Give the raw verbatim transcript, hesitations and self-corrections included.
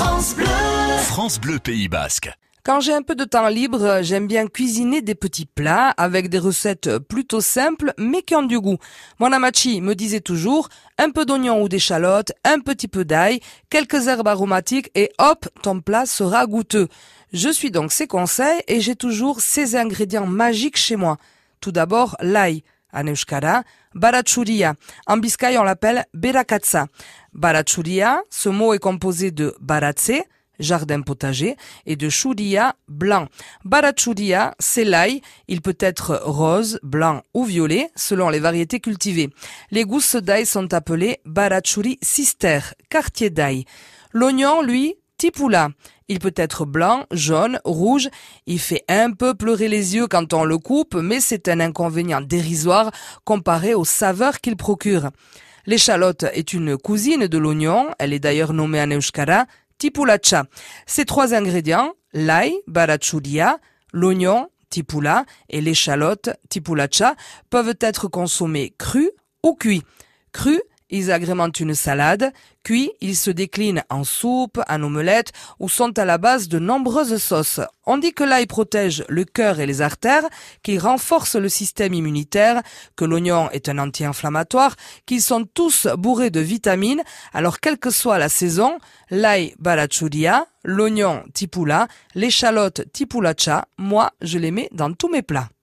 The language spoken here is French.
France Bleu. France Bleu Pays Basque. Quand j'ai un peu de temps libre, j'aime bien cuisiner des petits plats avec des recettes plutôt simples mais qui ont du goût. Mon amachi me disait toujours un peu d'oignon ou d'échalote, un petit peu d'ail, quelques herbes aromatiques et hop, ton plat sera goûteux. Je suis donc ses conseils et j'ai toujours ces ingrédients magiques chez moi. Tout d'abord, l'ail. En euskara, baratxuria. En Biscaye, on l'appelle berakatsa. Baratxuria, ce mot est composé de baratse, jardin potager, et de churia, blanc. Baratxuria, c'est l'ail. Il peut être rose, blanc ou violet, selon les variétés cultivées. Les gousses d'ail sont appelées baratxuri sister, quartier d'ail. L'oignon, lui, tipula. Il peut être blanc, jaune, rouge. Il fait un peu pleurer les yeux quand on le coupe, mais c'est un inconvénient dérisoire comparé aux saveurs qu'il procure. L'échalote est une cousine de l'oignon. Elle est d'ailleurs nommée en euskara tipulacha. Ces trois ingrédients, l'ail, baratxuria, l'oignon, tipula, et l'échalote, tipulacha, peuvent être consommés crus ou cuits. Crus, ils agrémentent une salade. Cuits, ils se déclinent en soupe, en omelette ou sont à la base de nombreuses sauces. On dit que l'ail protège le cœur et les artères, qu'il renforce le système immunitaire, que l'oignon est un anti-inflammatoire, qu'ils sont tous bourrés de vitamines. Alors quelle que soit la saison, l'ail baratxuria, l'oignon tipula, l'échalote tipulacha, moi je les mets dans tous mes plats.